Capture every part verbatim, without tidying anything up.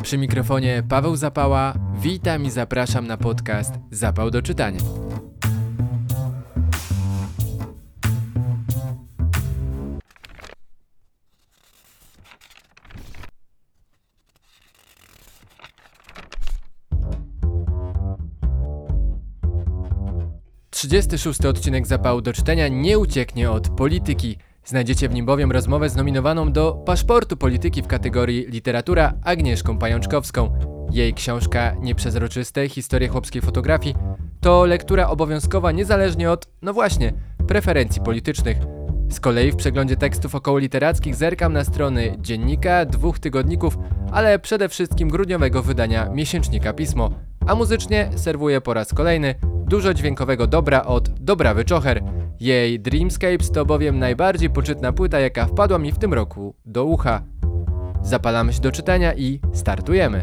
Przy mikrofonie Paweł Zapała, witam i zapraszam na podcast Zapał do czytania. trzydziesty szósty odcinek Zapału do czytania nie ucieknie od polityki. Znajdziecie w nim bowiem rozmowę z nominowaną do Paszportu Polityki w kategorii literatura Agnieszką Pajączkowską. Jej książka Nieprzezroczyste historie chłopskiej fotografii to lektura obowiązkowa niezależnie od, no właśnie, preferencji politycznych. Z kolei w przeglądzie tekstów okołoliterackich zerkam na strony dziennika, dwóch tygodników, ale przede wszystkim grudniowego wydania miesięcznika Pismo. A muzycznie serwuję po raz kolejny dużo dźwiękowego dobra od Dobrawy Czocher. Jej Dreamscapes to bowiem najbardziej poczytna płyta, jaka wpadła mi w tym roku do ucha. Zapalamy się do czytania i startujemy!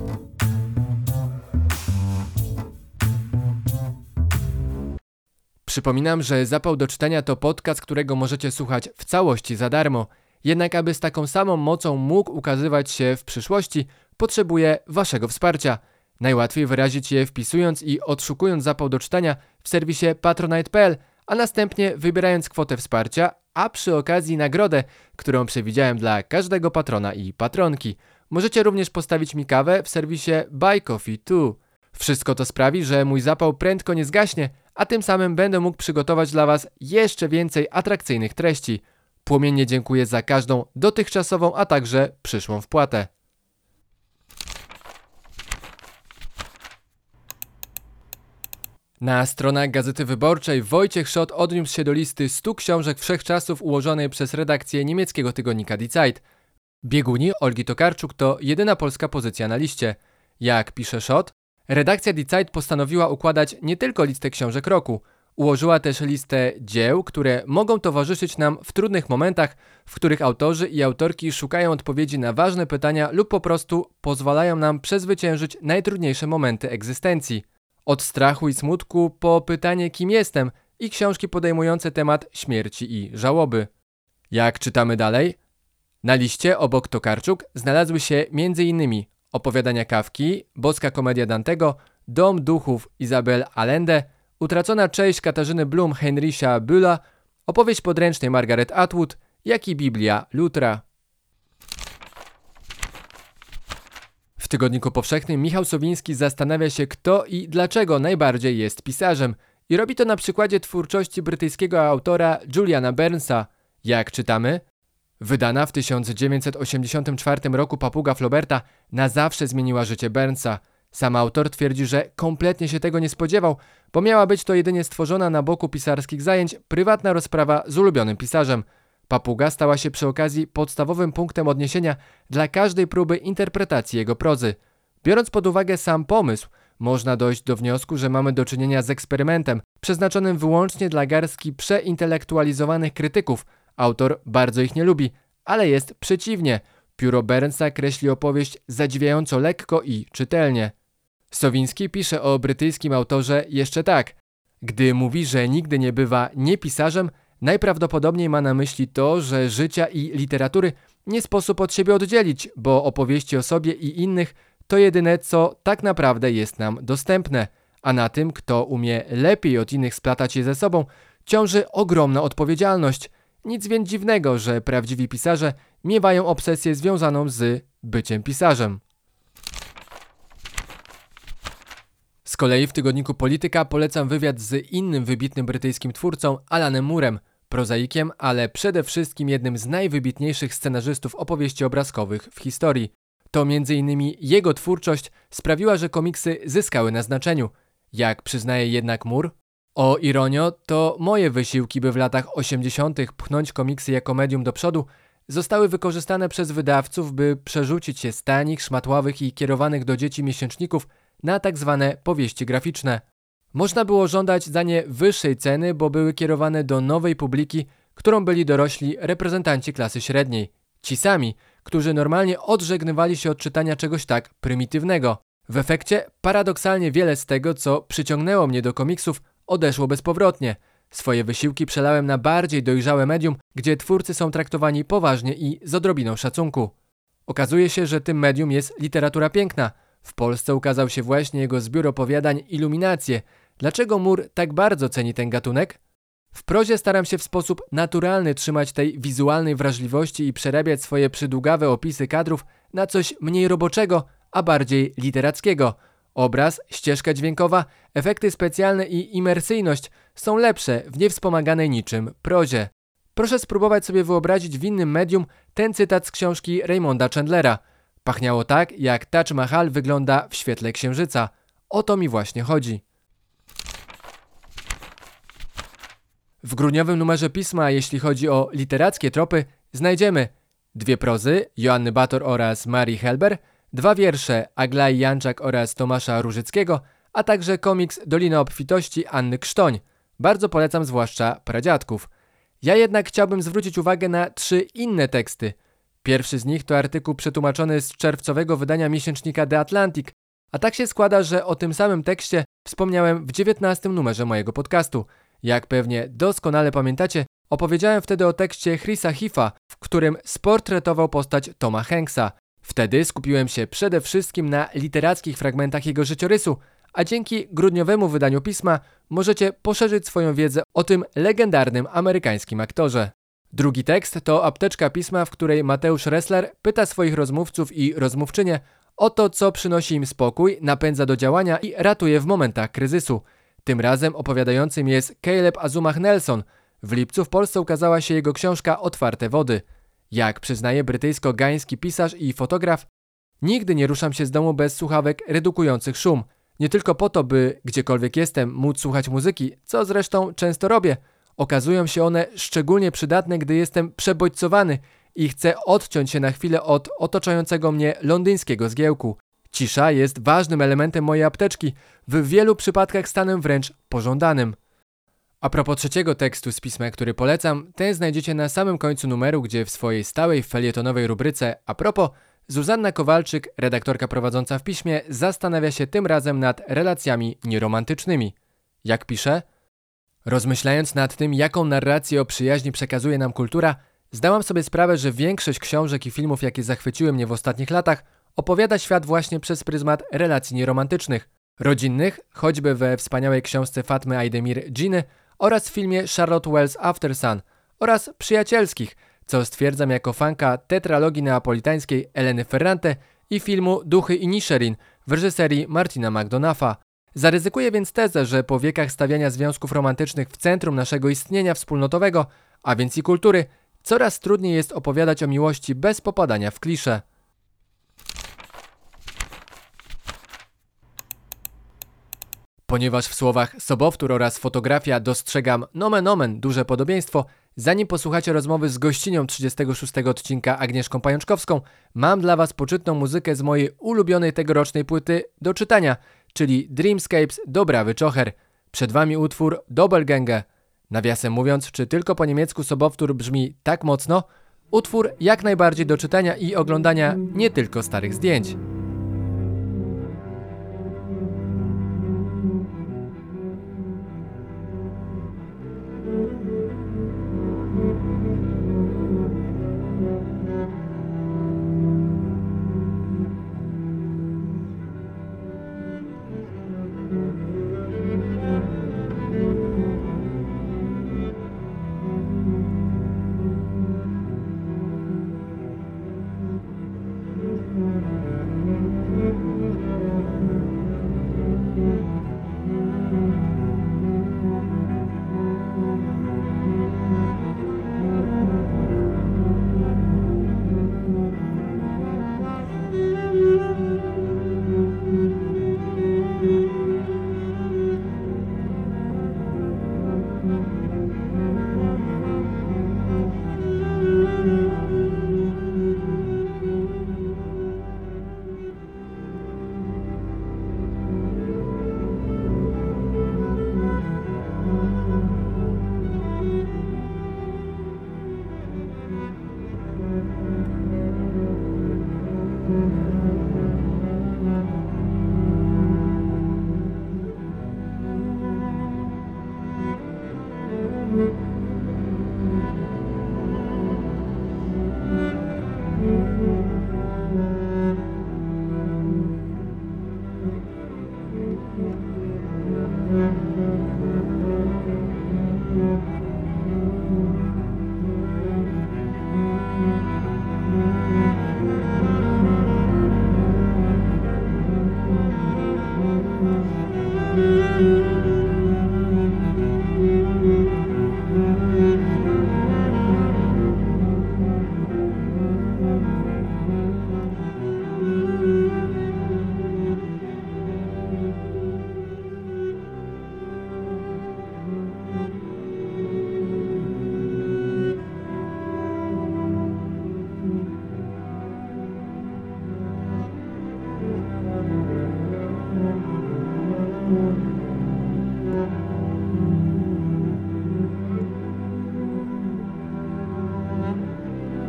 Przypominam, że Zapał do czytania to podcast, którego możecie słuchać w całości za darmo. Jednak aby z taką samą mocą mógł ukazywać się w przyszłości, potrzebuję waszego wsparcia. Najłatwiej wyrazić je wpisując i odszukując Zapał do czytania w serwisie patronite kropka p l, a następnie wybierając kwotę wsparcia, a przy okazji nagrodę, którą przewidziałem dla każdego patrona i patronki. Możecie również postawić mi kawę w serwisie Buy Coffee Too. Wszystko to sprawi, że mój zapał prędko nie zgaśnie, a tym samym będę mógł przygotować dla was jeszcze więcej atrakcyjnych treści. Płomiennie dziękuję za każdą dotychczasową, a także przyszłą wpłatę. Na stronach Gazety Wyborczej Wojciech Szot odniósł się do listy stu książek wszechczasów ułożonej przez redakcję niemieckiego tygodnika Die Zeit. Bieguni Olgi Tokarczuk to jedyna polska pozycja na liście. Jak pisze Szot, redakcja Die Zeit postanowiła układać nie tylko listę książek roku. Ułożyła też listę dzieł, które mogą towarzyszyć nam w trudnych momentach, w których autorzy i autorki szukają odpowiedzi na ważne pytania lub po prostu pozwalają nam przezwyciężyć najtrudniejsze momenty egzystencji. Od strachu i smutku po pytanie kim jestem i książki podejmujące temat śmierci i żałoby. Jak czytamy dalej? Na liście obok Tokarczuk znalazły się między innymi opowiadania Kafki, Boska komedia Dantego, Dom duchów Isabel Allende, Utracona cześć Katarzyny Blum Heinricha Bölla, opowieść podręcznej Margaret Atwood, jak i Biblia Lutra. W Tygodniku Powszechnym Michał Sowiński zastanawia się, kto i dlaczego najbardziej jest pisarzem i robi to na przykładzie twórczości brytyjskiego autora Juliana Burnsa. Jak czytamy? Wydana w tysiąc dziewięćset osiemdziesiątym czwartym roku Papuga Flauberta na zawsze zmieniła życie Burnsa. Sam autor twierdzi, że kompletnie się tego nie spodziewał, bo miała być to jedynie stworzona na boku pisarskich zajęć prywatna rozprawa z ulubionym pisarzem. Papuga stała się przy okazji podstawowym punktem odniesienia dla każdej próby interpretacji jego prozy. Biorąc pod uwagę sam pomysł, można dojść do wniosku, że mamy do czynienia z eksperymentem przeznaczonym wyłącznie dla garstki przeintelektualizowanych krytyków. Autor bardzo ich nie lubi, ale jest przeciwnie. Pióro Burnsa kreśli opowieść zadziwiająco lekko i czytelnie. Sowiński pisze o brytyjskim autorze jeszcze tak. Gdy mówi, że nigdy nie bywa niepisarzem, najprawdopodobniej ma na myśli to, że życia i literatury nie sposób od siebie oddzielić, bo opowieści o sobie i innych to jedyne, co tak naprawdę jest nam dostępne, a na tym, kto umie lepiej od innych splatać je ze sobą, ciąży ogromna odpowiedzialność. Nic więc dziwnego, że prawdziwi pisarze miewają obsesję związaną z byciem pisarzem. Z kolei w tygodniku Polityka polecam wywiad z innym wybitnym brytyjskim twórcą Alanem Moorem, prozaikiem, ale przede wszystkim jednym z najwybitniejszych scenarzystów opowieści obrazkowych w historii. To między innymi jego twórczość sprawiła, że komiksy zyskały na znaczeniu. Jak przyznaje jednak Moore, o ironio, to moje wysiłki, by w latach osiemdziesiątych pchnąć komiksy jako medium do przodu, zostały wykorzystane przez wydawców, by przerzucić się z tanich, szmatławych i kierowanych do dzieci miesięczników na tak zwane powieści graficzne. Można było żądać za nie wyższej ceny, bo były kierowane do nowej publiki, którą byli dorośli reprezentanci klasy średniej. Ci sami, którzy normalnie odżegnywali się od czytania czegoś tak prymitywnego. W efekcie paradoksalnie wiele z tego, co przyciągnęło mnie do komiksów, odeszło bezpowrotnie. Swoje wysiłki przelałem na bardziej dojrzałe medium, gdzie twórcy są traktowani poważnie i z odrobiną szacunku. Okazuje się, że tym medium jest literatura piękna. W Polsce ukazał się właśnie jego zbiór opowiadań Iluminacje. Dlaczego Moore tak bardzo ceni ten gatunek? W prozie staram się w sposób naturalny trzymać tej wizualnej wrażliwości i przerabiać swoje przydługawe opisy kadrów na coś mniej roboczego, a bardziej literackiego. Obraz, ścieżka dźwiękowa, efekty specjalne i imersyjność są lepsze w niewspomaganej niczym prozie. Proszę spróbować sobie wyobrazić w innym medium ten cytat z książki Raymonda Chandlera. Pachniało tak, jak Taj Mahal wygląda w świetle księżyca. O to mi właśnie chodzi. W grudniowym numerze pisma, jeśli chodzi o literackie tropy, znajdziemy dwie prozy Joanny Bator oraz Marii Helber, dwa wiersze Aglai Janczak oraz Tomasza Różyckiego, a także komiks Dolina Obfitości Anny Krztoń. Bardzo polecam zwłaszcza pradziadków. Ja jednak chciałbym zwrócić uwagę na trzy inne teksty. Pierwszy z nich to artykuł przetłumaczony z czerwcowego wydania miesięcznika The Atlantic, a tak się składa, że o tym samym tekście wspomniałem w dziewiętnastym numerze mojego podcastu. Jak pewnie doskonale pamiętacie, opowiedziałem wtedy o tekście Chrisa Heath'a, w którym sportretował postać Toma Hanksa. Wtedy skupiłem się przede wszystkim na literackich fragmentach jego życiorysu, a dzięki grudniowemu wydaniu pisma możecie poszerzyć swoją wiedzę o tym legendarnym amerykańskim aktorze. Drugi tekst to apteczka pisma, w której Mateusz Ressler pyta swoich rozmówców i rozmówczynie o to, co przynosi im spokój, napędza do działania i ratuje w momentach kryzysu. Tym razem opowiadającym jest Caleb Azumach Nelson. W lipcu w Polsce ukazała się jego książka Otwarte wody. Jak przyznaje brytyjsko-gański pisarz i fotograf, nigdy nie ruszam się z domu bez słuchawek redukujących szum. Nie tylko po to, by gdziekolwiek jestem móc słuchać muzyki, co zresztą często robię. Okazują się one szczególnie przydatne, gdy jestem przebodźcowany i chcę odciąć się na chwilę od otaczającego mnie londyńskiego zgiełku. Cisza jest ważnym elementem mojej apteczki, w wielu przypadkach stanem wręcz pożądanym. A propos trzeciego tekstu z pisma, który polecam, ten znajdziecie na samym końcu numeru, gdzie w swojej stałej felietonowej rubryce a propos Zuzanna Kowalczyk, redaktorka prowadząca w piśmie, zastanawia się tym razem nad relacjami nieromantycznymi. Jak pisze? Rozmyślając nad tym, jaką narrację o przyjaźni przekazuje nam kultura, zdałam sobie sprawę, że większość książek i filmów, jakie zachwyciły mnie w ostatnich latach, opowiada świat właśnie przez pryzmat relacji nieromantycznych. Rodzinnych, choćby we wspaniałej książce Fatmy Aydemir Dżiny oraz w filmie Charlotte Wells After Sun, oraz przyjacielskich, co stwierdzam jako fanka tetralogii neapolitańskiej Eleny Ferrante i filmu Duchy Inisherin w reżyserii Martina McDonagha. Zaryzykuję więc tezę, że po wiekach stawiania związków romantycznych w centrum naszego istnienia wspólnotowego, a więc i kultury, coraz trudniej jest opowiadać o miłości bez popadania w klisze. Ponieważ w słowach sobowtór oraz fotografia dostrzegam nomen omen duże podobieństwo, zanim posłuchacie rozmowy z gościnią trzydziestego szóstego odcinka Agnieszką Pajączkowską, mam dla Was poczytną muzykę z mojej ulubionej tegorocznej płyty do czytania, czyli Dreamscapes Dobrawy Czocher. Przed Wami utwór Doppelgänger. Nawiasem mówiąc, czy tylko po niemiecku sobowtór brzmi tak mocno? Utwór jak najbardziej do czytania i oglądania, nie tylko starych zdjęć.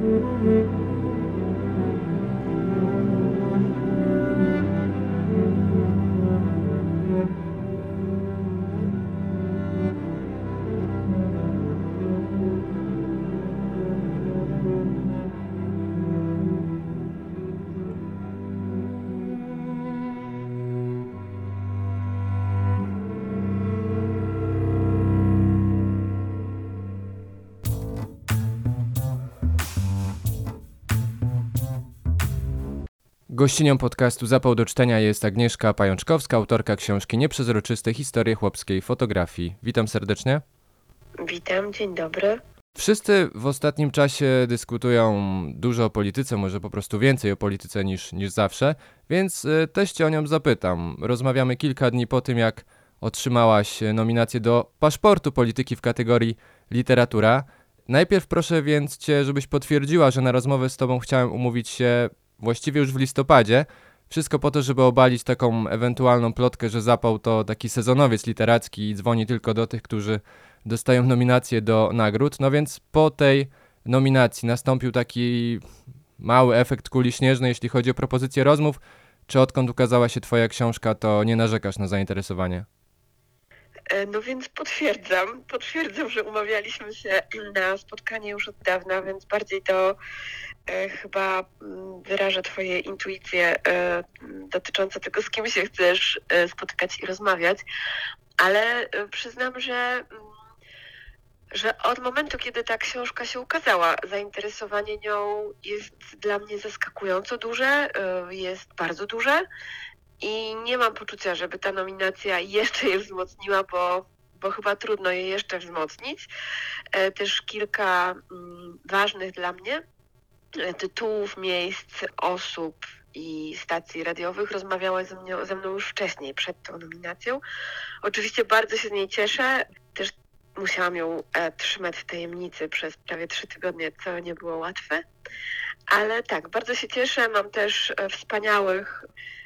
Gościnią podcastu Zapał do czytania jest Agnieszka Pajączkowska, autorka książki Nieprzezroczyste historie chłopskiej fotografii. Witam serdecznie. Witam, dzień dobry. Wszyscy w ostatnim czasie dyskutują dużo o polityce, może po prostu więcej o polityce niż, niż zawsze, więc y, też cię o nią zapytam. Rozmawiamy kilka dni po tym, jak otrzymałaś nominację do paszportu polityki w kategorii literatura. Najpierw proszę więc cię, żebyś potwierdziła, że na rozmowę z tobą chciałem umówić się właściwie już w listopadzie. Wszystko po to, żeby obalić taką ewentualną plotkę, że Zapał to taki sezonowiec literacki i dzwoni tylko do tych, którzy dostają nominacje do nagród. No więc po tej nominacji nastąpił taki mały efekt kuli śnieżnej, jeśli chodzi o propozycję rozmów. Czy odkąd ukazała się twoja książka, to nie narzekasz na zainteresowanie? No więc potwierdzam, potwierdzam, że umawialiśmy się na spotkanie już od dawna, więc bardziej to e, chyba m, wyraża twoje intuicje e, dotyczące tego, z kim się chcesz e, spotykać i rozmawiać, ale e, przyznam, że, m, że od momentu, kiedy ta książka się ukazała, zainteresowanie nią jest dla mnie zaskakująco duże, e, jest bardzo duże. I nie mam poczucia, żeby ta nominacja jeszcze je wzmocniła, bo, bo chyba trudno je jeszcze wzmocnić. E, też kilka mm, ważnych dla mnie e, tytułów, miejsc, osób i stacji radiowych rozmawiała ze mną, ze mną już wcześniej, przed tą nominacją. Oczywiście bardzo się z niej cieszę. Też musiałam ją e, trzymać w tajemnicy przez prawie trzy tygodnie, co nie było łatwe. Ale tak, bardzo się cieszę. Mam też e, wspaniałych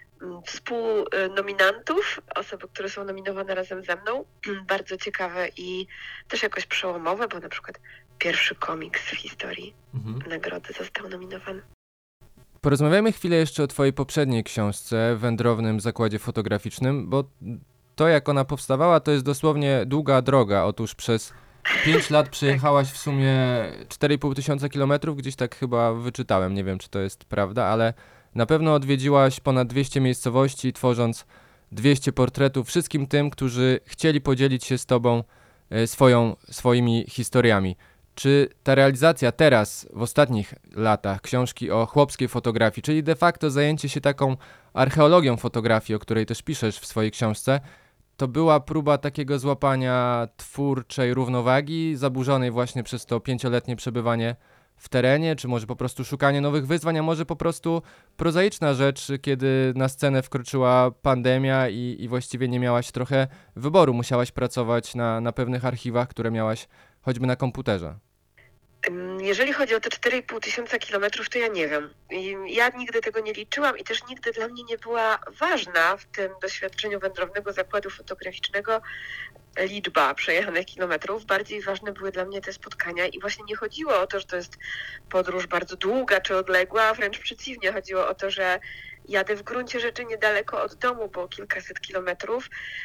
współnominantów, osoby, które są nominowane razem ze mną, bardzo ciekawe i też jakoś przełomowe, bo na przykład pierwszy komiks w historii mhm. nagrody został nominowany. Porozmawiajmy chwilę jeszcze o twojej poprzedniej książce, Wędrownym zakładzie fotograficznym, bo to, jak ona powstawała, to jest dosłownie długa droga. Otóż przez pięć lat przejechałaś w sumie cztery i pół tysiąca kilometrów, gdzieś tak chyba wyczytałem, nie wiem, czy to jest prawda, ale na pewno odwiedziłaś ponad dwieście miejscowości, tworząc dwieście portretów wszystkim tym, którzy chcieli podzielić się z tobą swoją, swoimi historiami. Czy ta realizacja teraz, w ostatnich latach, książki o chłopskiej fotografii, czyli de facto zajęcie się taką archeologią fotografii, o której też piszesz w swojej książce, to była próba takiego złapania twórczej równowagi, zaburzonej właśnie przez to pięcioletnie przebywanie w terenie, czy może po prostu szukanie nowych wyzwań, a może po prostu prozaiczna rzecz, kiedy na scenę wkroczyła pandemia i, i właściwie nie miałaś trochę wyboru, musiałaś pracować na, na pewnych archiwach, które miałaś choćby na komputerze. Jeżeli chodzi o te cztery i pół tysiąca kilometrów, to ja nie wiem. Ja nigdy tego nie liczyłam i też nigdy dla mnie nie była ważna w tym doświadczeniu wędrownego zakładu fotograficznego liczba przejechanych kilometrów. Bardziej ważne były dla mnie te spotkania i właśnie nie chodziło o to, że to jest podróż bardzo długa czy odległa, wręcz przeciwnie. Chodziło o to, że jadę w gruncie rzeczy niedaleko od domu, bo kilkaset kilometrów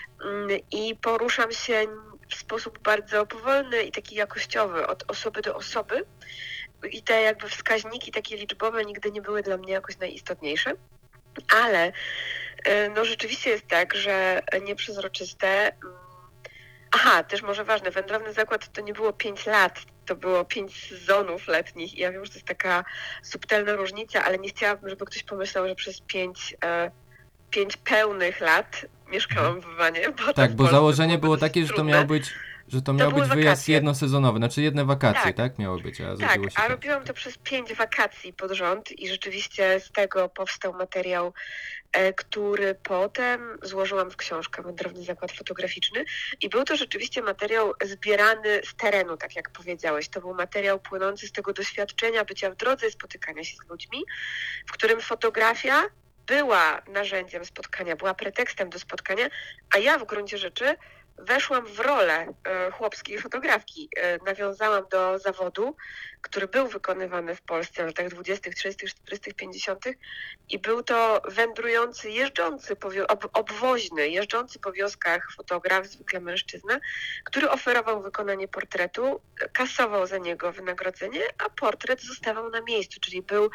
i poruszam się w sposób bardzo powolny i taki jakościowy, od osoby do osoby. I te jakby wskaźniki takie liczbowe nigdy nie były dla mnie jakoś najistotniejsze. Ale no rzeczywiście jest tak, że nieprzezroczyste... Aha, też może ważne, Wędrowny Zakład to nie było pięć lat, to było pięć sezonów letnich i ja wiem, że to jest taka subtelna różnica, ale nie chciałabym, żeby ktoś pomyślał, że przez pięć, e, pięć pełnych lat mieszkałam w Wanie. Bo tak, bo założenie było takie, że to miał być, że to miał to być wyjazd wakacje. jednosezonowy, znaczy jedne wakacje, tak, tak miało być, a Tak, się a tak. robiłam to przez pięć wakacji pod rząd i rzeczywiście z tego powstał materiał, e, który potem złożyłam w książkę Wędrowny Zakład Fotograficzny i był to rzeczywiście materiał zbierany z terenu, tak jak powiedziałeś. To był materiał płynący z tego doświadczenia bycia w drodze, spotykania się z ludźmi, w którym fotografia była narzędziem spotkania, była pretekstem do spotkania, a ja w gruncie rzeczy weszłam w rolę e, chłopskiej fotografki. E, nawiązałam do zawodu, który był wykonywany w Polsce w latach dwudziestych, trzydziestych, czterdziestych, pięćdziesiątych i był to wędrujący, jeżdżący, po, ob, obwoźny, jeżdżący po wioskach fotograf, zwykle mężczyzna, który oferował wykonanie portretu, kasował za niego wynagrodzenie, a portret zostawał na miejscu, czyli był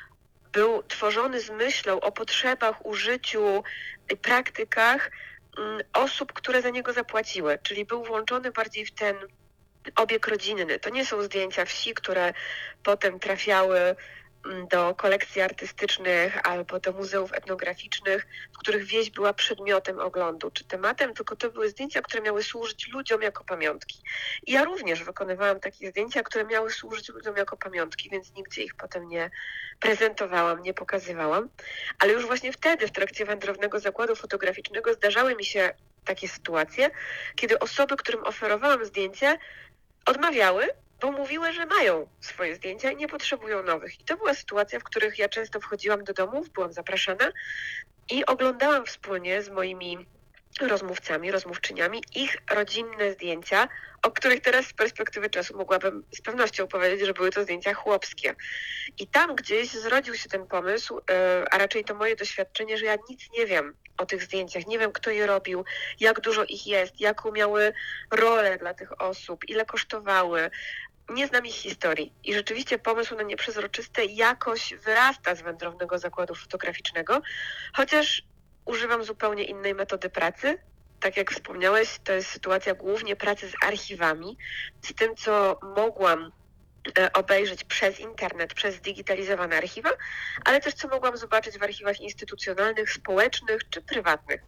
był tworzony z myślą o potrzebach, użyciu, praktykach osób, które za niego zapłaciły, czyli był włączony bardziej w ten obieg rodzinny. To nie są zdjęcia wsi, które potem trafiały do kolekcji artystycznych albo do muzeów etnograficznych, w których wieś była przedmiotem oglądu czy tematem, tylko to były zdjęcia, które miały służyć ludziom jako pamiątki. I ja również wykonywałam takie zdjęcia, które miały służyć ludziom jako pamiątki, więc nigdzie ich potem nie prezentowałam, nie pokazywałam. Ale już właśnie wtedy, w trakcie wędrownego zakładu fotograficznego zdarzały mi się takie sytuacje, kiedy osoby, którym oferowałam zdjęcie, odmawiały, bo mówiły, że mają swoje zdjęcia i nie potrzebują nowych. I to była sytuacja, w których ja często wchodziłam do domów, byłam zapraszana i oglądałam wspólnie z moimi rozmówcami, rozmówczyniami ich rodzinne zdjęcia, o których teraz z perspektywy czasu mogłabym z pewnością powiedzieć, że były to zdjęcia chłopskie. I tam gdzieś zrodził się ten pomysł, a raczej to moje doświadczenie, że ja nic nie wiem o tych zdjęciach, nie wiem, kto je robił, jak dużo ich jest, jaką miały rolę dla tych osób, ile kosztowały. Nie znam ich historii i rzeczywiście pomysł na nieprzezroczyste jakoś wyrasta z wędrownego zakładu fotograficznego, chociaż używam zupełnie innej metody pracy. Tak jak wspomniałeś, to jest sytuacja głównie pracy z archiwami, z tym, co mogłam obejrzeć przez internet, przez zdigitalizowane archiwa, ale też co mogłam zobaczyć w archiwach instytucjonalnych, społecznych czy prywatnych.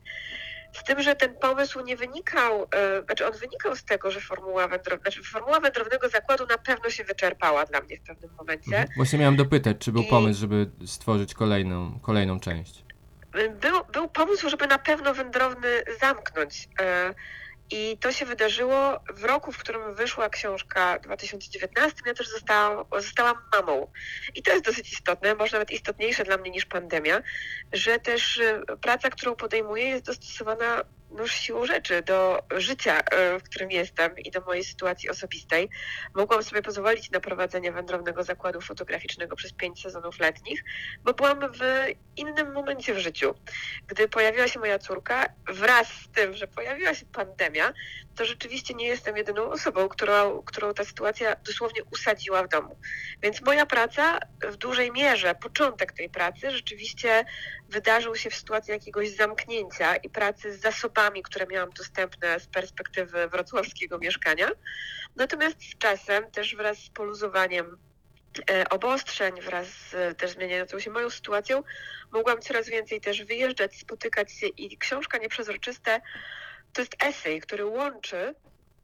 Z tym, że ten pomysł nie wynikał, yy, znaczy on wynikał z tego, że formuła, wędrow... znaczy formuła wędrownego zakładu na pewno się wyczerpała dla mnie w pewnym momencie. Właśnie miałam dopytać, czy był I... pomysł, żeby stworzyć kolejną, kolejną część? Był, był pomysł, żeby na pewno wędrowny zamknąć. Yy, I to się wydarzyło w roku, w którym wyszła książka dwa tysiące dziewiętnastym. Ja też zostałam, zostałam mamą. I to jest dosyć istotne, może nawet istotniejsze dla mnie niż pandemia, że też praca, którą podejmuję, jest dostosowana no, siłą rzeczy do życia, w którym jestem i do mojej sytuacji osobistej. Mogłam sobie pozwolić na prowadzenie wędrownego zakładu fotograficznego przez pięć sezonów letnich, bo byłam w innym momencie w życiu. Gdy pojawiła się moja córka, wraz z tym, że pojawiła się pandemia, to rzeczywiście nie jestem jedyną osobą, którą, którą ta sytuacja dosłownie usadziła w domu. Więc moja praca w dużej mierze, początek tej pracy rzeczywiście wydarzył się w sytuacji jakiegoś zamknięcia i pracy z zasobami, które miałam dostępne z perspektywy wrocławskiego mieszkania. Natomiast z czasem, też wraz z poluzowaniem obostrzeń, wraz z też zmieniającą się moją sytuacją, mogłam coraz więcej też wyjeżdżać, spotykać się i książka Nieprzezroczyste to jest esej, który łączy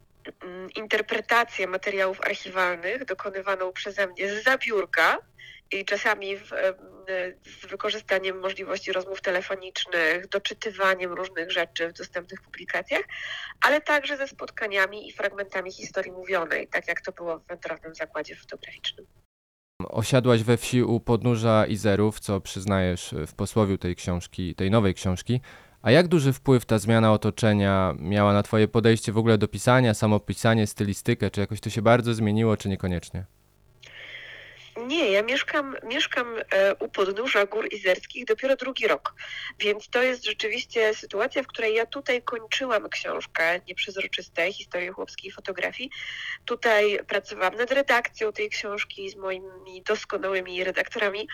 interpretację materiałów archiwalnych dokonywaną przeze mnie zza biurka i czasami w, z wykorzystaniem możliwości rozmów telefonicznych, doczytywaniem różnych rzeczy w dostępnych publikacjach, ale także ze spotkaniami i fragmentami historii mówionej, tak jak to było w wędrownym zakładzie fotograficznym. Osiadłaś we wsi u podnóża Izerów, co przyznajesz w posłowiu tej książki, tej nowej książki. A jak duży wpływ ta zmiana otoczenia miała na twoje podejście w ogóle do pisania, samopisanie, stylistykę? Czy jakoś to się bardzo zmieniło, czy niekoniecznie? Nie, ja mieszkam, mieszkam u podnóża Gór Izerskich dopiero drugi rok, więc to jest rzeczywiście sytuacja, w której ja tutaj kończyłam książkę Nieprzezroczyste, historię chłopskiej fotografii. Tutaj pracowałam nad redakcją tej książki z moimi doskonałymi redaktorami,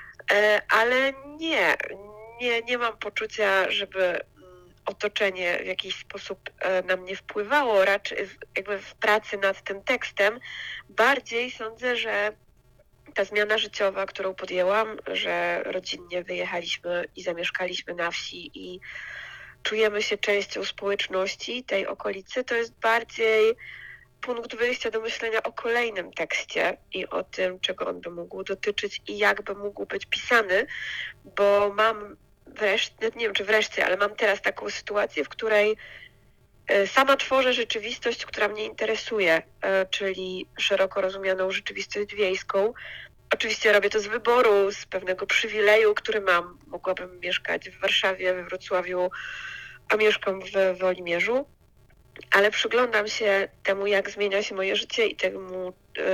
ale nie, nie, nie mam poczucia, żeby otoczenie w jakiś sposób na mnie wpływało, raczej jakby w pracy nad tym tekstem. Bardziej sądzę, że ta zmiana życiowa, którą podjęłam, że rodzinnie wyjechaliśmy i zamieszkaliśmy na wsi i czujemy się częścią społeczności tej okolicy, to jest bardziej punkt wyjścia do myślenia o kolejnym tekście i o tym, czego on by mógł dotyczyć i jak by mógł być pisany, bo mam wreszcie, nie wiem czy wreszcie, ale mam teraz taką sytuację, w której sama tworzę rzeczywistość, która mnie interesuje, czyli szeroko rozumianą rzeczywistość wiejską. Oczywiście robię to z wyboru, z pewnego przywileju, który mam. Mogłabym mieszkać w Warszawie, we Wrocławiu, a mieszkam w Wolimierzu. ale przyglądam się temu, jak zmienia się moje życie i temu,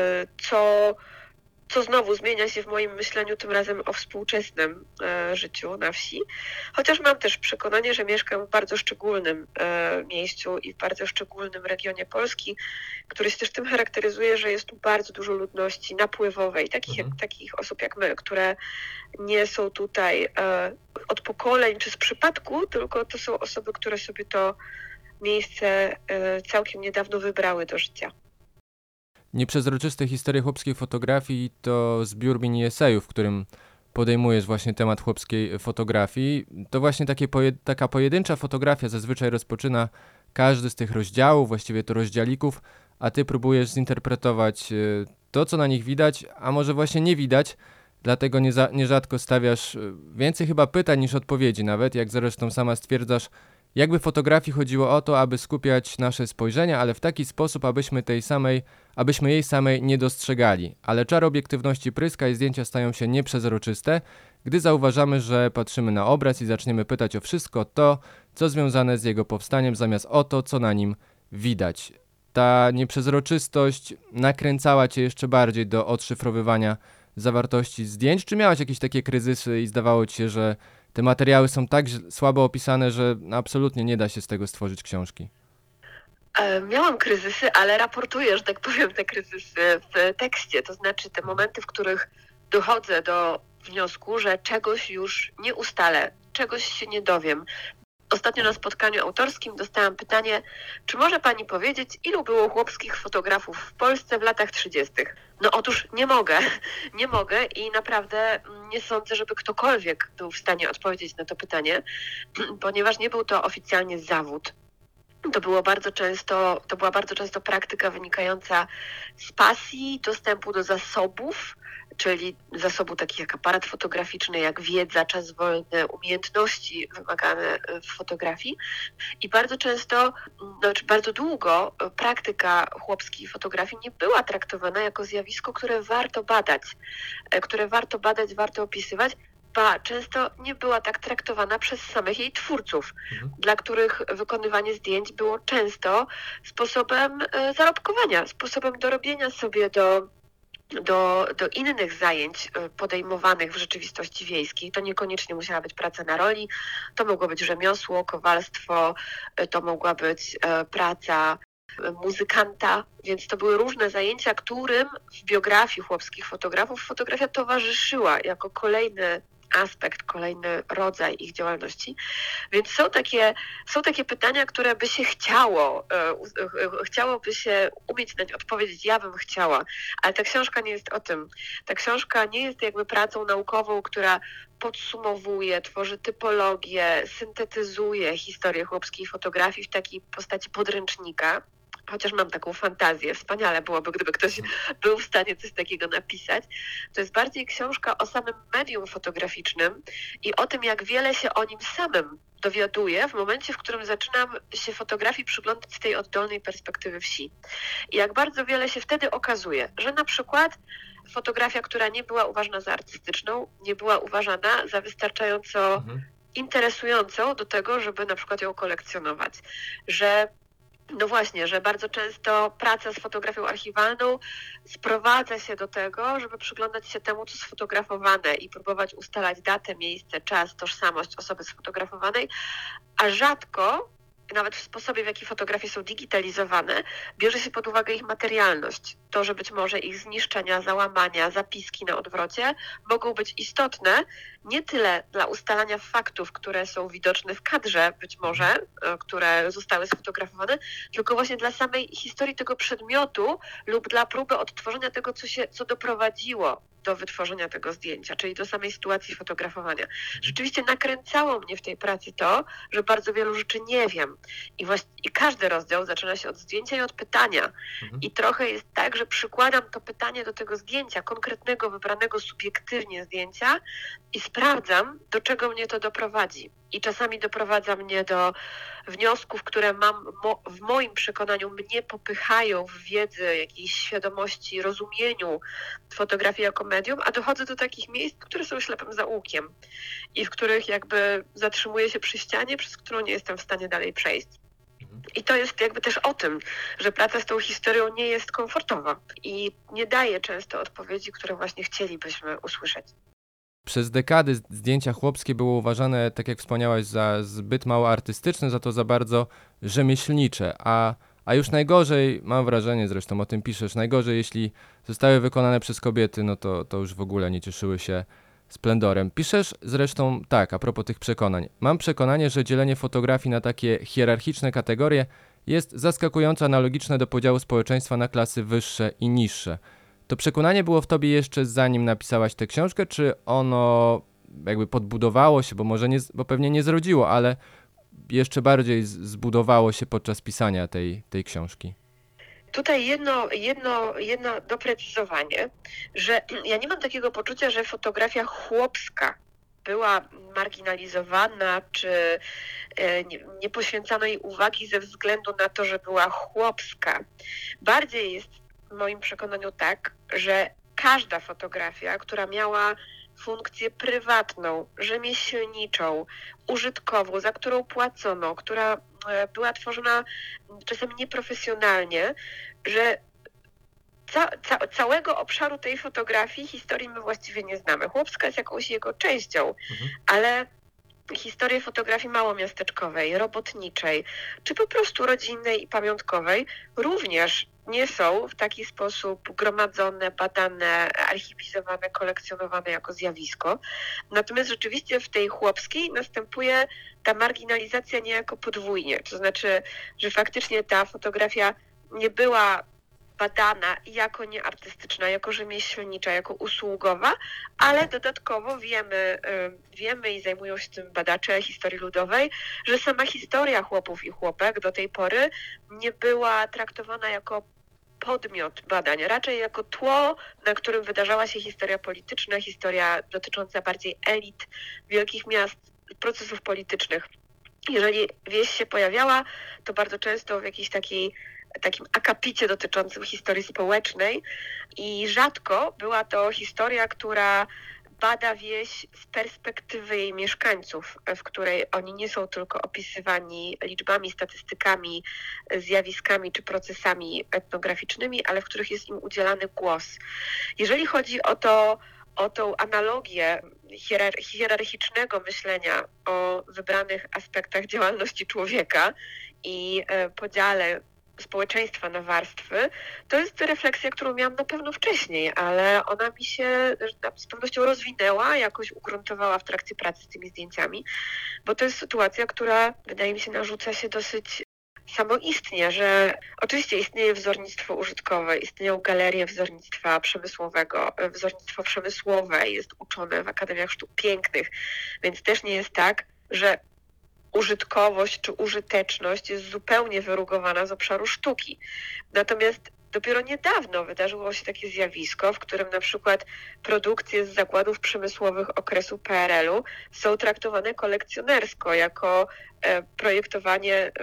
co, co znowu zmienia się w moim myśleniu, tym razem o współczesnym życiu na wsi. Chociaż mam też przekonanie, że mieszkam w bardzo szczególnym miejscu i w bardzo szczególnym regionie Polski, który się też tym charakteryzuje, że jest tu bardzo dużo ludności napływowej, takich, Mhm. takich osób jak my, które nie są tutaj od pokoleń czy z przypadku, tylko to są osoby, które sobie to miejsce całkiem niedawno wybrały do życia. Nieprzezroczyste historie chłopskiej fotografii to zbiór mini esejów, w którym podejmujesz właśnie temat chłopskiej fotografii. To właśnie takie poje, taka pojedyncza fotografia zazwyczaj rozpoczyna każdy z tych rozdziałów, właściwie to rozdziałików, a ty próbujesz zinterpretować to, co na nich widać, a może właśnie nie widać, dlatego nie za, nierzadko stawiasz więcej chyba pytań niż odpowiedzi nawet, jak zresztą sama stwierdzasz. Jakby w fotografii chodziło o to, aby skupiać nasze spojrzenia, ale w taki sposób, abyśmy tej samej, abyśmy jej samej nie dostrzegali. Ale czar obiektywności pryska i zdjęcia stają się nieprzezroczyste, gdy zauważamy, że patrzymy na obraz i zaczniemy pytać o wszystko to, co związane z jego powstaniem, zamiast o to, co na nim widać. Ta nieprzezroczystość nakręcała cię jeszcze bardziej do odszyfrowywania zawartości zdjęć. Czy miałaś jakieś takie kryzysy i zdawało ci się, że te materiały są tak słabo opisane, że absolutnie nie da się z tego stworzyć książki? Miałam kryzysy, ale raportuję, że tak powiem, te kryzysy w tekście. To znaczy te momenty, w których dochodzę do wniosku, że czegoś już nie ustalę, czegoś się nie dowiem. Ostatnio na spotkaniu autorskim dostałam pytanie, czy może pani powiedzieć, ilu było chłopskich fotografów w Polsce w latach trzydziestych? No otóż nie mogę, nie mogę i naprawdę nie sądzę, żeby ktokolwiek był w stanie odpowiedzieć na to pytanie, ponieważ nie był to oficjalnie zawód. To było bardzo często, to była bardzo często praktyka wynikająca z pasji, dostępu do zasobów, czyli zasobu takich jak aparat fotograficzny, jak wiedza, czas wolny, umiejętności wymagane w fotografii. I bardzo często, znaczy bardzo długo praktyka chłopskiej fotografii nie była traktowana jako zjawisko, które warto badać, które warto badać, warto opisywać, ba często nie była tak traktowana przez samych jej twórców, mhm. dla których wykonywanie zdjęć było często sposobem zarobkowania, sposobem dorobienia sobie do Do, do innych zajęć podejmowanych w rzeczywistości wiejskiej. To niekoniecznie musiała być praca na roli, to mogło być rzemiosło, kowalstwo, to mogła być praca muzykanta, więc to były różne zajęcia, którym w biografii chłopskich fotografów fotografia towarzyszyła jako kolejny aspekt, kolejny rodzaj ich działalności. Więc są takie, są takie pytania, które by się chciało, e, chciałoby się umieć na nie odpowiedzieć, ja bym chciała, ale ta książka nie jest o tym. Ta książka nie jest jakby pracą naukową, która podsumowuje, tworzy typologię, syntetyzuje historię chłopskiej fotografii w takiej postaci podręcznika. Chociaż mam taką fantazję, wspaniale byłoby, gdyby ktoś był w stanie coś takiego napisać. To jest bardziej książka o samym medium fotograficznym i o tym, jak wiele się o nim samym dowiaduję w momencie, w którym zaczynam się fotografii przyglądać z tej oddolnej perspektywy wsi. I jak bardzo wiele się wtedy okazuje, że na przykład fotografia, która nie była uważana za artystyczną, nie była uważana za wystarczająco mhm. interesującą do tego, żeby na przykład ją kolekcjonować, że No właśnie, że bardzo często praca z fotografią archiwalną sprowadza się do tego, żeby przyglądać się temu, co sfotografowane i próbować ustalać datę, miejsce, czas, tożsamość osoby sfotografowanej, a rzadko, nawet w sposobie, w jaki fotografie są digitalizowane, bierze się pod uwagę ich materialność. To, że być może ich zniszczenia, załamania, zapiski na odwrocie mogą być istotne nie tyle dla ustalania faktów, które są widoczne w kadrze, być może, które zostały sfotografowane, tylko właśnie dla samej historii tego przedmiotu lub dla próby odtworzenia tego, co się, co doprowadziło do wytworzenia tego zdjęcia, czyli do samej sytuacji fotografowania. Rzeczywiście nakręcało mnie w tej pracy to, że bardzo wielu rzeczy nie wiem. I, właśnie, i każdy rozdział zaczyna się od zdjęcia i od pytania. Mhm. I trochę jest tak, że przykładam to pytanie do tego zdjęcia, konkretnego, wybranego subiektywnie zdjęcia i sprawdzam, do czego mnie to doprowadzi. I czasami doprowadza mnie do wniosków, które mam mo- w moim przekonaniu mnie popychają w wiedzy, jakiejś świadomości, rozumieniu fotografii jako medium, a dochodzę do takich miejsc, które są ślepym zaułkiem i w których jakby zatrzymuję się przy ścianie, przez którą nie jestem w stanie dalej przejść. I to jest jakby też o tym, że praca z tą historią nie jest komfortowa i nie daje często odpowiedzi, które właśnie chcielibyśmy usłyszeć. Przez dekady zdjęcia chłopskie było uważane, tak jak wspomniałaś, za zbyt mało artystyczne, za to za bardzo rzemieślnicze, a, a już najgorzej, mam wrażenie, zresztą o tym piszesz, najgorzej jeśli zostały wykonane przez kobiety, no to, to już w ogóle nie cieszyły się splendorem. Piszesz zresztą tak, a propos tych przekonań. Mam przekonanie, że dzielenie fotografii na takie hierarchiczne kategorie jest zaskakująco analogiczne do podziału społeczeństwa na klasy wyższe i niższe. To przekonanie było w tobie jeszcze zanim napisałaś tę książkę, czy ono jakby podbudowało się, bo może nie, bo pewnie nie zrodziło, ale jeszcze bardziej zbudowało się podczas pisania tej, tej książki? Tutaj jedno, jedno, jedno doprecyzowanie, że ja nie mam takiego poczucia, że fotografia chłopska była marginalizowana, czy nie, nie poświęcano jej uwagi ze względu na to, że była chłopska. Bardziej jest w moim przekonaniu tak, że każda fotografia, która miała funkcję prywatną, rzemieślniczą, użytkową, za którą płacono, która była tworzona czasem nieprofesjonalnie, że ca, ca, całego obszaru tej fotografii historii my właściwie nie znamy. Chłopska jest jakąś jego częścią, mhm. ale historię fotografii małomiasteczkowej, robotniczej, czy po prostu rodzinnej i pamiątkowej również nie są w taki sposób gromadzone, badane, archiwizowane, kolekcjonowane jako zjawisko. Natomiast rzeczywiście w tej chłopskiej następuje ta marginalizacja niejako podwójnie. To znaczy, że faktycznie ta fotografia nie była badana jako nieartystyczna, jako rzemieślnicza, jako usługowa, ale dodatkowo wiemy, wiemy i zajmują się tym badacze historii ludowej, że sama historia chłopów i chłopek do tej pory nie była traktowana jako podmiot badań, raczej jako tło, na którym wydarzała się historia polityczna, historia dotycząca bardziej elit wielkich miast, procesów politycznych. Jeżeli wieś się pojawiała, to bardzo często w jakiejś takiej takim akapicie dotyczącym historii społecznej i rzadko była to historia, która bada wieś z perspektywy jej mieszkańców, w której oni nie są tylko opisywani liczbami, statystykami, zjawiskami czy procesami etnograficznymi, ale w których jest im udzielany głos. Jeżeli chodzi o to, o tą analogię hierar- hierarchicznego myślenia o wybranych aspektach działalności człowieka i podziale społeczeństwa na warstwy, to jest refleksja, którą miałam na pewno wcześniej, ale ona mi się z pewnością rozwinęła, jakoś ugruntowała w trakcie pracy z tymi zdjęciami, bo to jest sytuacja, która wydaje mi się narzuca się dosyć samoistnie, że oczywiście istnieje wzornictwo użytkowe, istnieją galerie wzornictwa przemysłowego, wzornictwo przemysłowe jest uczone w Akademiach Sztuk Pięknych, więc też nie jest tak, że użytkowość czy użyteczność jest zupełnie wyrugowana z obszaru sztuki. Natomiast dopiero niedawno wydarzyło się takie zjawisko, w którym na przykład produkcje z zakładów przemysłowych okresu P R L-u są traktowane kolekcjonersko, jako e, projektowanie e,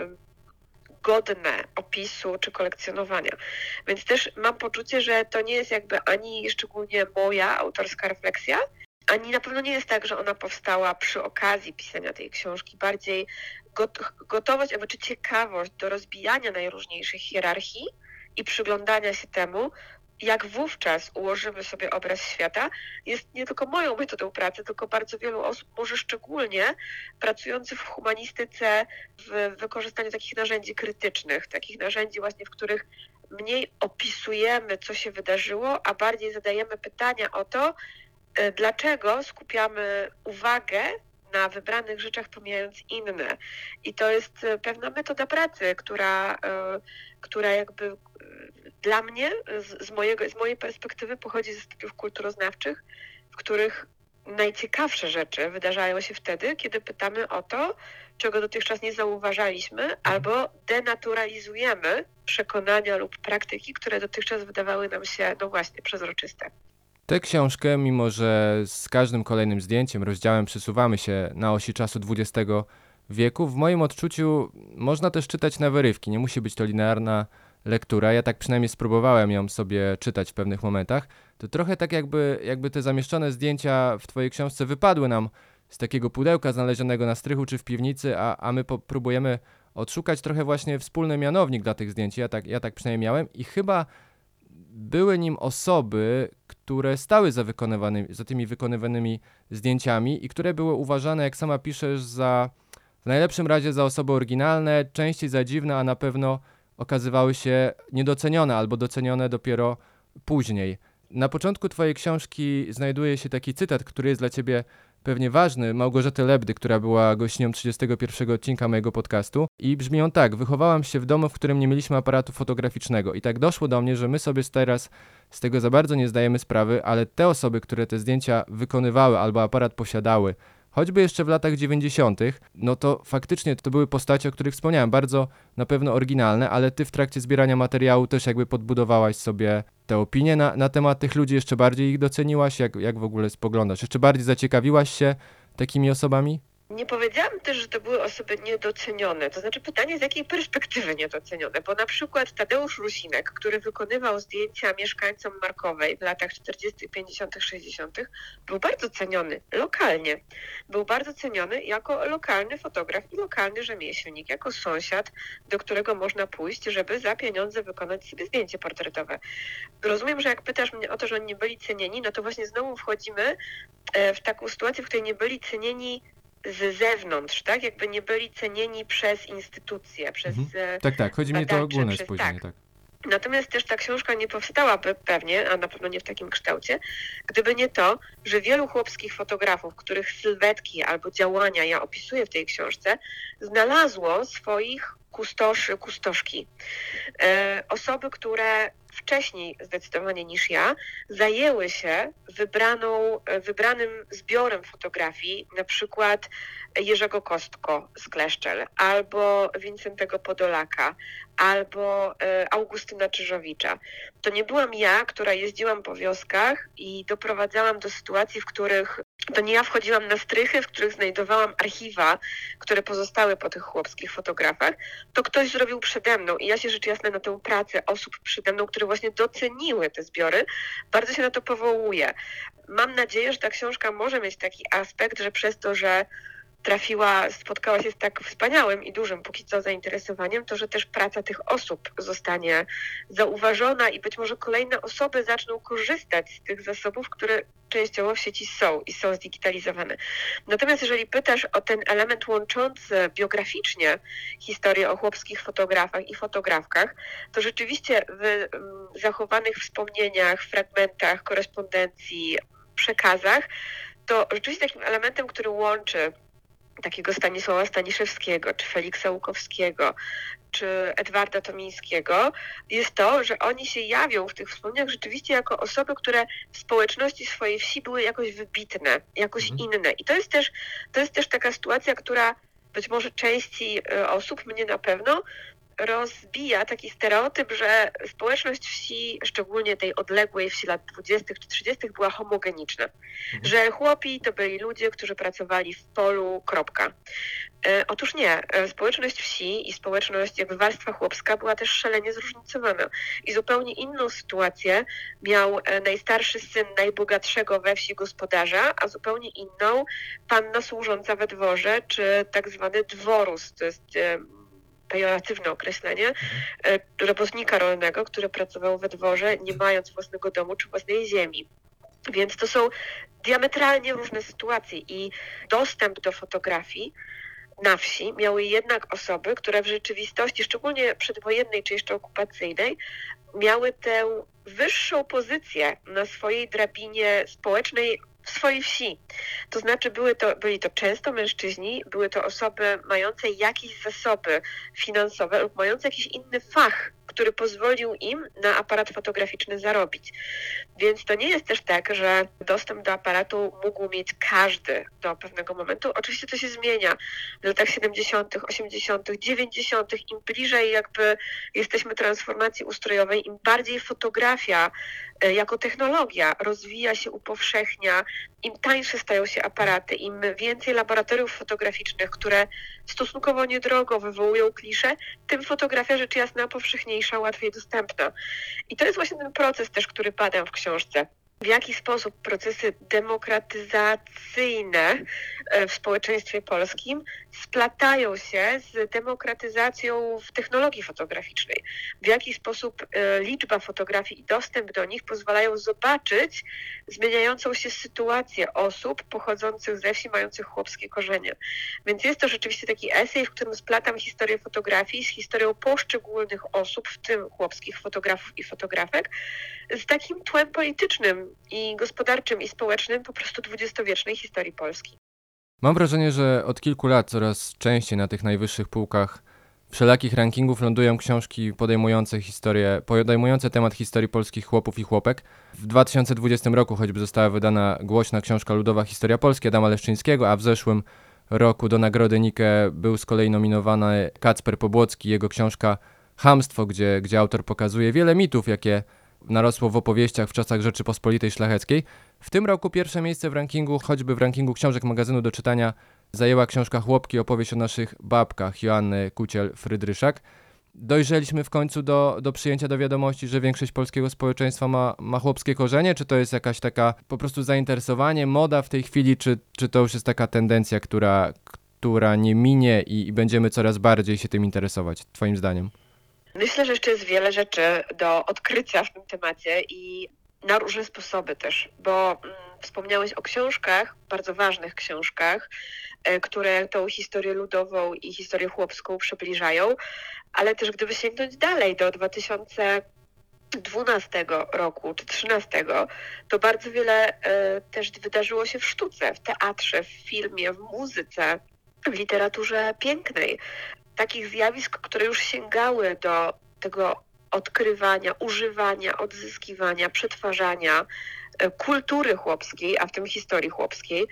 godne opisu czy kolekcjonowania. Więc też mam poczucie, że to nie jest jakby ani szczególnie moja autorska refleksja, ani na pewno nie jest tak, że ona powstała przy okazji pisania tej książki. Bardziej got- gotowość, albo czy ciekawość do rozbijania najróżniejszych hierarchii i przyglądania się temu, jak wówczas ułożymy sobie obraz świata, jest nie tylko moją metodą pracy, tylko bardzo wielu osób, może szczególnie pracujących w humanistyce, w wykorzystaniu takich narzędzi krytycznych, takich narzędzi właśnie, w których mniej opisujemy, co się wydarzyło, a bardziej zadajemy pytania o to, dlaczego skupiamy uwagę na wybranych rzeczach, pomijając inne. I to jest pewna metoda pracy, która, która jakby dla mnie, z, z, mojego, z mojej perspektywy pochodzi ze studiów kulturoznawczych, w których najciekawsze rzeczy wydarzają się wtedy, kiedy pytamy o to, czego dotychczas nie zauważaliśmy, albo denaturalizujemy przekonania lub praktyki, które dotychczas wydawały nam się, no właśnie, przezroczyste. Tę książkę, mimo że z każdym kolejnym zdjęciem, rozdziałem przesuwamy się na osi czasu dwudziestego wieku, w moim odczuciu można też czytać na wyrywki. Nie musi być to linearna lektura. Ja tak przynajmniej spróbowałem ją sobie czytać w pewnych momentach. To trochę tak jakby, jakby te zamieszczone zdjęcia w twojej książce wypadły nam z takiego pudełka znalezionego na strychu czy w piwnicy, a, a my próbujemy odszukać trochę właśnie wspólny mianownik dla tych zdjęć. Ja tak, ja tak przynajmniej miałem i chyba były nim osoby, które stały za, wykonywanymi, za tymi wykonywanymi zdjęciami i które były uważane, jak sama piszesz, za w najlepszym razie za osoby oryginalne, częściej za dziwne, a na pewno okazywały się niedocenione albo docenione dopiero później. Na początku twojej książki znajduje się taki cytat, który jest dla ciebie pewnie ważny, Małgorzaty Lebdy, która była gościnią trzydziestego pierwszego odcinka mojego podcastu i brzmi on tak: wychowałam się w domu, w którym nie mieliśmy aparatu fotograficznego i tak doszło do mnie, że my sobie teraz z tego za bardzo nie zdajemy sprawy, ale te osoby, które te zdjęcia wykonywały albo aparat posiadały, choćby jeszcze w latach dziewięćdziesiątych, no to faktycznie to były postacie, o których wspomniałem, bardzo na pewno oryginalne, ale ty w trakcie zbierania materiału też jakby podbudowałaś sobie te opinie na, na temat tych ludzi, jeszcze bardziej ich doceniłaś, jak, jak w ogóle spoglądasz? Jeszcze bardziej zaciekawiłaś się takimi osobami? Nie powiedziałam też, że to były osoby niedocenione. To znaczy pytanie, z jakiej perspektywy niedocenione, bo na przykład Tadeusz Rusinek, który wykonywał zdjęcia mieszkańcom Markowej w latach czterdziestych, pięćdziesiątych, sześćdziesiątych, był bardzo ceniony lokalnie. Był bardzo ceniony jako lokalny fotograf i lokalny rzemieślnik, jako sąsiad, do którego można pójść, żeby za pieniądze wykonać sobie zdjęcie portretowe. Rozumiem, że jak pytasz mnie o to, że oni nie byli cenieni, no to właśnie znowu wchodzimy w taką sytuację, w której nie byli cenieni z zewnątrz, tak? Jakby nie byli cenieni przez instytucje, przez mhm. Tak, tak, chodzi mi o to ogólne spojrzenie, tak. Natomiast też ta książka nie powstałaby pewnie, a na pewno nie w takim kształcie, gdyby nie to, że wielu chłopskich fotografów, których sylwetki albo działania ja opisuję w tej książce, znalazło swoich kustoszy, kustoszki. E, osoby, które wcześniej zdecydowanie niż ja zajęły się wybraną, wybranym zbiorem fotografii, na przykład Jerzego Kostko z Kleszczel, albo Wincentego Podolaka, albo Augustyna Czyżowicza. To nie byłam ja, która jeździłam po wioskach i doprowadzałam do sytuacji, w których to nie ja wchodziłam na strychy, w których znajdowałam archiwa, które pozostały po tych chłopskich fotografach, to ktoś zrobił przede mną i ja się rzecz jasna na tę pracę osób przede mną, które właśnie doceniły te zbiory, bardzo się na to powołuję. Mam nadzieję, że ta książka może mieć taki aspekt, że przez to, że trafiła, spotkała się z tak wspaniałym i dużym póki co zainteresowaniem, to że też praca tych osób zostanie zauważona i być może kolejne osoby zaczną korzystać z tych zasobów, które częściowo w sieci są i są zdigitalizowane. Natomiast jeżeli pytasz o ten element łączący biograficznie historię o chłopskich fotografach i fotografkach, to rzeczywiście w zachowanych wspomnieniach, fragmentach, korespondencji, przekazach, to rzeczywiście takim elementem, który łączy takiego Stanisława Staniszewskiego, czy Feliksa Łukowskiego, czy Edwarda Tomińskiego, jest to, że oni się jawią w tych wspomnieniach rzeczywiście jako osoby, które w społeczności swojej wsi były jakoś wybitne, jakoś mhm. inne. I to jest też, to jest też taka sytuacja, która być może części osób, mnie na pewno, rozbija taki stereotyp, że społeczność wsi, szczególnie tej odległej wsi lat dwudziestych czy trzydziestych była homogeniczna. Mhm. Że chłopi to byli ludzie, którzy pracowali w polu, kropka. E, otóż nie. Społeczność wsi i społeczność jakby warstwa chłopska była też szalenie zróżnicowana. I zupełnie inną sytuację miał najstarszy syn najbogatszego we wsi gospodarza, a zupełnie inną panna służąca we dworze, czy tak zwany dworus. To jest pejoratywne określenie, robotnika rolnego, który pracował we dworze, nie mając własnego domu czy własnej ziemi. Więc to są diametralnie różne sytuacje i dostęp do fotografii na wsi miały jednak osoby, które w rzeczywistości, szczególnie przedwojennej czy jeszcze okupacyjnej, miały tę wyższą pozycję na swojej drabinie społecznej w swojej wsi. To znaczy były to, byli to często mężczyźni, były to osoby mające jakieś zasoby finansowe lub mające jakiś inny fach, który pozwolił im na aparat fotograficzny zarobić. Więc to nie jest też tak, że dostęp do aparatu mógł mieć każdy do pewnego momentu. Oczywiście to się zmienia w latach siedemdziesiątych, osiemdziesiątych, dziewięćdziesiątych. Im bliżej jakby jesteśmy transformacji ustrojowej, im bardziej fotografia jako technologia rozwija się, upowszechnia, im tańsze stają się aparaty, im więcej laboratoriów fotograficznych, które stosunkowo niedrogo wywołują klisze, tym fotografia rzecz jasna powszechniejsza, łatwiej dostępna. I to jest właśnie ten proces też, który badam w książce. w jaki sposób procesy demokratyzacyjne w społeczeństwie polskim splatają się z demokratyzacją w technologii fotograficznej. W jaki sposób liczba fotografii i dostęp do nich pozwalają zobaczyć zmieniającą się sytuację osób pochodzących ze wsi, mających chłopskie korzenie. Więc jest to rzeczywiście taki esej, w którym splatam historię fotografii z historią poszczególnych osób, w tym chłopskich fotografów i fotografek, z takim tłem politycznym i gospodarczym i społecznym po prostu dwudziestowiecznej historii Polski. Mam wrażenie, że od kilku lat coraz częściej na tych najwyższych półkach wszelakich rankingów lądują książki podejmujące historię, podejmujące temat historii polskich chłopów i chłopek. W dwa tysiące dwudziestym roku choćby została wydana głośna książka ludowa Historia Polski Adama Leszczyńskiego, a w zeszłym roku do nagrody Nike był z kolei nominowany Kacper Pobłocki, jego książka Chamstwo, gdzie, gdzie autor pokazuje wiele mitów, jakie narosło w opowieściach w czasach Rzeczypospolitej Szlacheckiej. W tym roku pierwsze miejsce w rankingu, choćby w rankingu książek magazynu do czytania, zajęła książka Chłopki, opowieść o naszych babkach Joanny Kuciel-Frydryszak. Dojrzeliśmy w końcu do, do przyjęcia do wiadomości, że większość polskiego społeczeństwa ma, ma chłopskie korzenie? Czy to jest jakaś taka po prostu zainteresowanie, moda w tej chwili, czy, czy to już jest taka tendencja, która, która nie minie i, i będziemy coraz bardziej się tym interesować, twoim zdaniem? Myślę, że jeszcze jest wiele rzeczy do odkrycia w tym temacie i na różne sposoby też, bo mm, wspomniałeś o książkach, bardzo ważnych książkach, y, które tą historię ludową i historię chłopską przybliżają, ale też gdyby sięgnąć dalej do dwa tysiące dwunastego roku czy trzynastego, to bardzo wiele y, też wydarzyło się w sztuce, w teatrze, w filmie, w muzyce, w literaturze pięknej. Takich zjawisk, które już sięgały do tego odkrywania, używania, odzyskiwania, przetwarzania kultury chłopskiej, a w tym historii chłopskiej.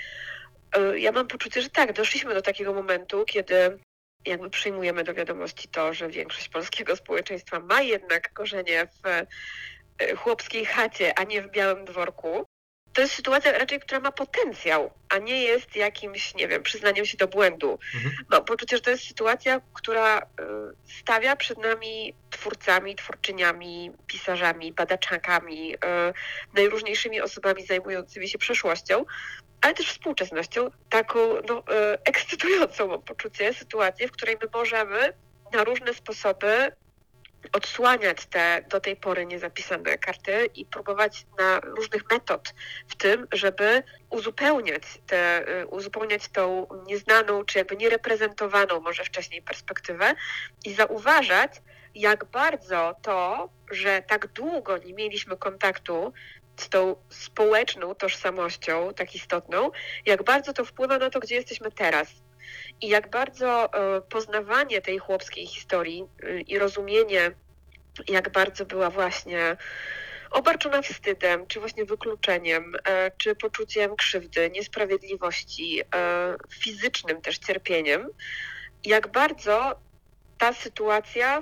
Ja mam poczucie, że tak, doszliśmy do takiego momentu, kiedy jakby przyjmujemy do wiadomości to, że większość polskiego społeczeństwa ma jednak korzenie w chłopskiej chacie, a nie w białym dworku. To jest sytuacja raczej, która ma potencjał, a nie jest jakimś, nie wiem, przyznaniem się do błędu. Mhm. Mam poczucie, że to jest sytuacja, która y, stawia przed nami twórcami, twórczyniami, pisarzami, badaczakami, y, najróżniejszymi osobami zajmującymi się przeszłością, ale też współczesnością, taką no, y, ekscytującą, mam poczucie, sytuację, w której my możemy na różne sposoby odsłaniać te do tej pory niezapisane karty i próbować na różnych metod w tym, żeby uzupełniać, te, uzupełniać tą nieznaną, czy jakby niereprezentowaną może wcześniej perspektywę i zauważać, jak bardzo to, że tak długo nie mieliśmy kontaktu z tą społeczną tożsamością tak istotną, jak bardzo to wpływa na to, gdzie jesteśmy teraz. I jak bardzo poznawanie tej chłopskiej historii i rozumienie, jak bardzo była właśnie obarczona wstydem, czy właśnie wykluczeniem, czy poczuciem krzywdy, niesprawiedliwości, fizycznym też cierpieniem, jak bardzo ta sytuacja,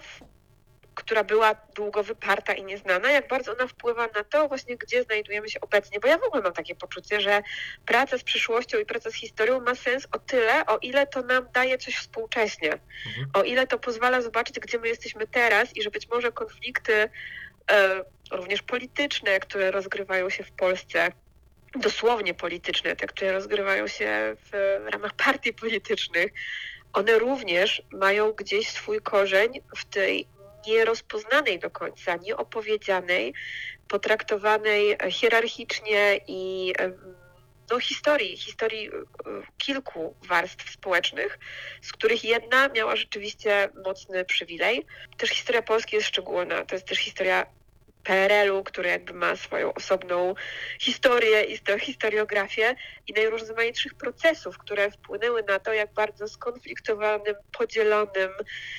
która była długo wyparta i nieznana, jak bardzo ona wpływa na to właśnie, gdzie znajdujemy się obecnie. Bo ja w ogóle mam takie poczucie, że praca z przyszłością i praca z historią ma sens o tyle, o ile to nam daje coś współcześnie. Mhm. O ile to pozwala zobaczyć, gdzie my jesteśmy teraz i że być może konflikty e, również polityczne, które rozgrywają się w Polsce, dosłownie polityczne, te, które rozgrywają się w ramach partii politycznych, one również mają gdzieś swój korzeń w tej nierozpoznanej do końca, nieopowiedzianej, potraktowanej hierarchicznie i no, historii, historii kilku warstw społecznych, z których jedna miała rzeczywiście mocny przywilej. Też historia Polski jest szczególna, to jest też historia P R L u, który jakby ma swoją osobną historię i historiografię i najrozmaitszych procesów, które wpłynęły na to, jak bardzo skonfliktowanym, podzielonym,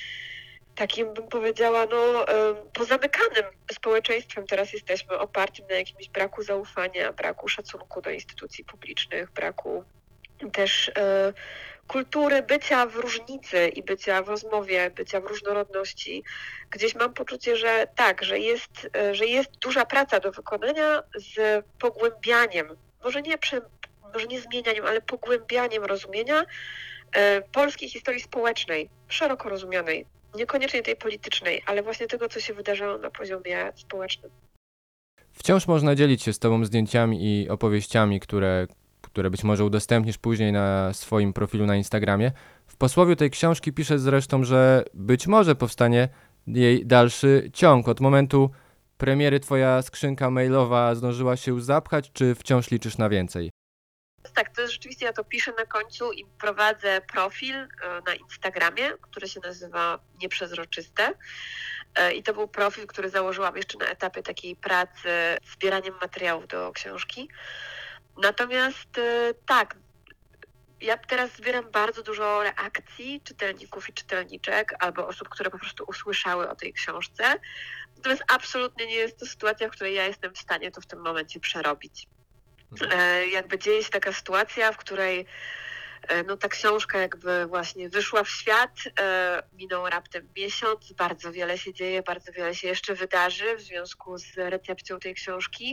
takim bym powiedziała, no pozamykanym społeczeństwem teraz jesteśmy, opartym na jakimś braku zaufania, braku szacunku do instytucji publicznych, braku też e, kultury bycia w różnicy i bycia w rozmowie, bycia w różnorodności. Gdzieś mam poczucie, że tak, że jest, że jest duża praca do wykonania z pogłębianiem, może nie, prze, może nie zmienianiem, ale pogłębianiem rozumienia e, polskiej historii społecznej, szeroko rozumianej. Niekoniecznie tej politycznej, ale właśnie tego, co się wydarzało na poziomie społecznym. Wciąż można dzielić się z tobą zdjęciami i opowieściami, które, które być może udostępnisz później na swoim profilu na Instagramie. W posłowiu tej książki piszesz zresztą, że być może powstanie jej dalszy ciąg. Od momentu premiery twoja skrzynka mailowa zdążyła się zapchać, czy wciąż liczysz na więcej? Tak, to jest rzeczywiście, ja to piszę na końcu i prowadzę profil na Instagramie, który się nazywa Nieprzezroczyste. I to był profil, który założyłam jeszcze na etapie takiej pracy z zbieraniem materiałów do książki. Natomiast tak, ja teraz zbieram bardzo dużo reakcji czytelników i czytelniczek albo osób, które po prostu usłyszały o tej książce. Natomiast absolutnie nie jest to sytuacja, w której ja jestem w stanie to w tym momencie przerobić. E, jakby dzieje się taka sytuacja, w której e, no, ta książka jakby właśnie wyszła w świat, e, minął raptem miesiąc, bardzo wiele się dzieje, bardzo wiele się jeszcze wydarzy w związku z recepcją tej książki.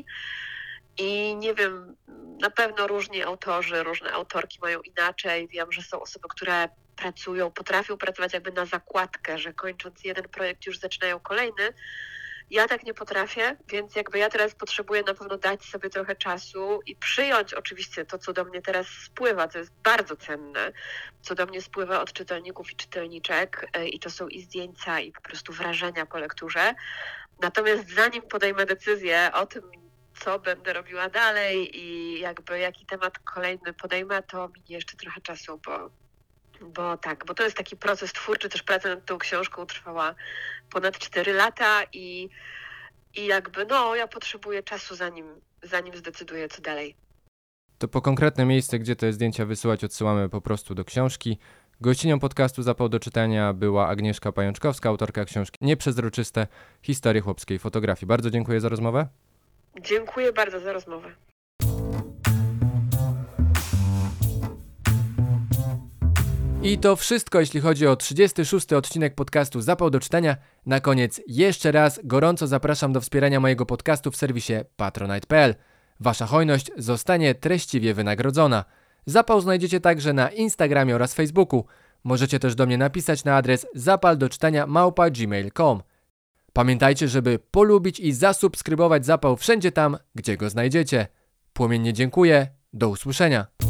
I nie wiem, na pewno różni autorzy, różne autorki mają inaczej. Wiem, że są osoby, które pracują, potrafią pracować jakby na zakładkę, że kończąc jeden projekt już zaczynają kolejny. Ja tak nie potrafię, więc jakby ja teraz potrzebuję na pewno dać sobie trochę czasu i przyjąć oczywiście to, co do mnie teraz spływa, co jest bardzo cenne, co do mnie spływa od czytelników i czytelniczek i to są i zdjęcia, i po prostu wrażenia po lekturze. Natomiast zanim podejmę decyzję o tym, co będę robiła dalej i jakby jaki temat kolejny podejmę, to minie jeszcze trochę czasu, bo, bo tak, bo to jest taki proces twórczy, też praca nad tą książką trwała ponad cztery lata i, i jakby no ja potrzebuję czasu zanim, zanim zdecyduję co dalej. To po konkretne miejsce, gdzie te zdjęcia wysyłać, odsyłamy po prostu do książki. Gościnią podcastu Zapał do czytania była Agnieszka Pajączkowska, autorka książki Nieprzezroczyste. Historie chłopskiej fotografii. Bardzo dziękuję za rozmowę. Dziękuję bardzo za rozmowę. I to wszystko, jeśli chodzi o trzydziesty szósty odcinek podcastu Zapał do czytania. Na koniec jeszcze raz gorąco zapraszam do wspierania mojego podcastu w serwisie patronite kropka p l. Wasza hojność zostanie treściwie wynagrodzona. Zapał znajdziecie także na Instagramie oraz Facebooku. Możecie też do mnie napisać na adres zapaldoczytania małpa gmail kropka com. Pamiętajcie, żeby polubić i zasubskrybować Zapał wszędzie tam, gdzie go znajdziecie. Płomiennie dziękuję. Do usłyszenia.